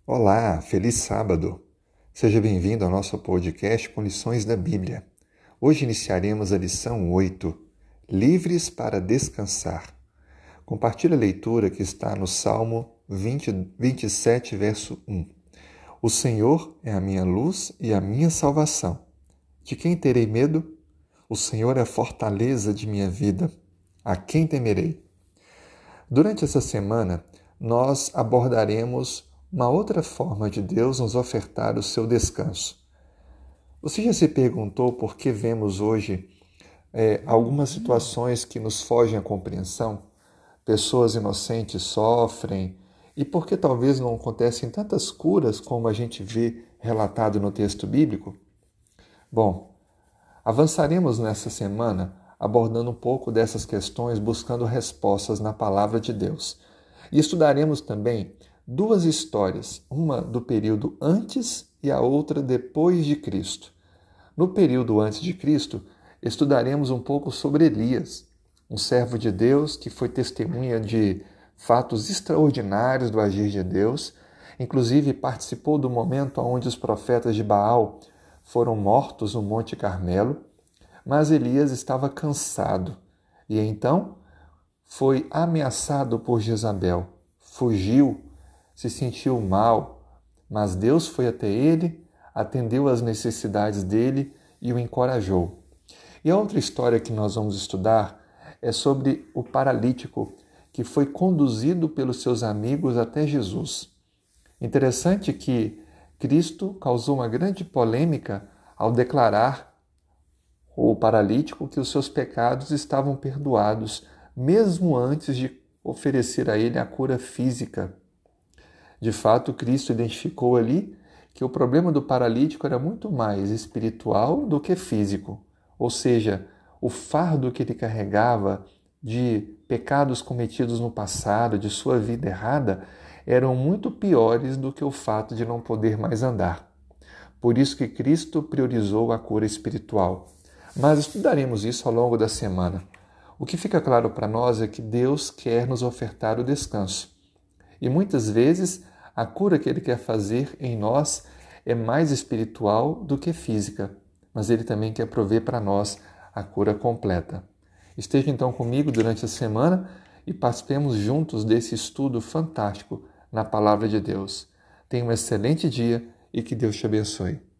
Olá, feliz sábado! Seja bem-vindo ao nosso podcast com lições da Bíblia. Hoje iniciaremos a lição 8, Livres para Descansar. Compartilhe a leitura que está no Salmo 27, verso 1. O Senhor é a minha luz e a minha salvação. De quem terei medo? O Senhor é a fortaleza de minha vida. A quem temerei? Durante essa semana, nós abordaremos uma outra forma de Deus nos ofertar o seu descanso. Você já se perguntou por que vemos hoje algumas situações que nos fogem à compreensão? Pessoas inocentes sofrem e por que talvez não acontecem tantas curas como a gente vê relatado no texto bíblico? Bom, avançaremos nessa semana abordando um pouco dessas questões, buscando respostas na palavra de Deus. E estudaremos também duas histórias, uma do período antes e a outra depois de Cristo. No período antes de Cristo, estudaremos um pouco sobre Elias, um servo de Deus que foi testemunha de fatos extraordinários do agir de Deus, inclusive participou do momento onde os profetas de Baal foram mortos no Monte Carmelo, mas Elias estava cansado e então foi ameaçado por Jezabel, fugiu, se sentiu mal, mas Deus foi até ele, atendeu às necessidades dele e o encorajou. E a outra história que nós vamos estudar é sobre o paralítico que foi conduzido pelos seus amigos até Jesus. Interessante que Cristo causou uma grande polêmica ao declarar ao paralítico que os seus pecados estavam perdoados, mesmo antes de oferecer a ele a cura física. De fato, Cristo identificou ali que o problema do paralítico era muito mais espiritual do que físico, ou seja, o fardo que ele carregava de pecados cometidos no passado, de sua vida errada, eram muito piores do que o fato de não poder mais andar. Por isso que Cristo priorizou a cura espiritual. Mas estudaremos isso ao longo da semana. O que fica claro para nós é que Deus quer nos ofertar o descanso. E muitas vezes a cura que Ele quer fazer em nós é mais espiritual do que física, mas Ele também quer prover para nós a cura completa. Esteja então comigo durante a semana e participemos juntos desse estudo fantástico na Palavra de Deus. Tenha um excelente dia e que Deus te abençoe.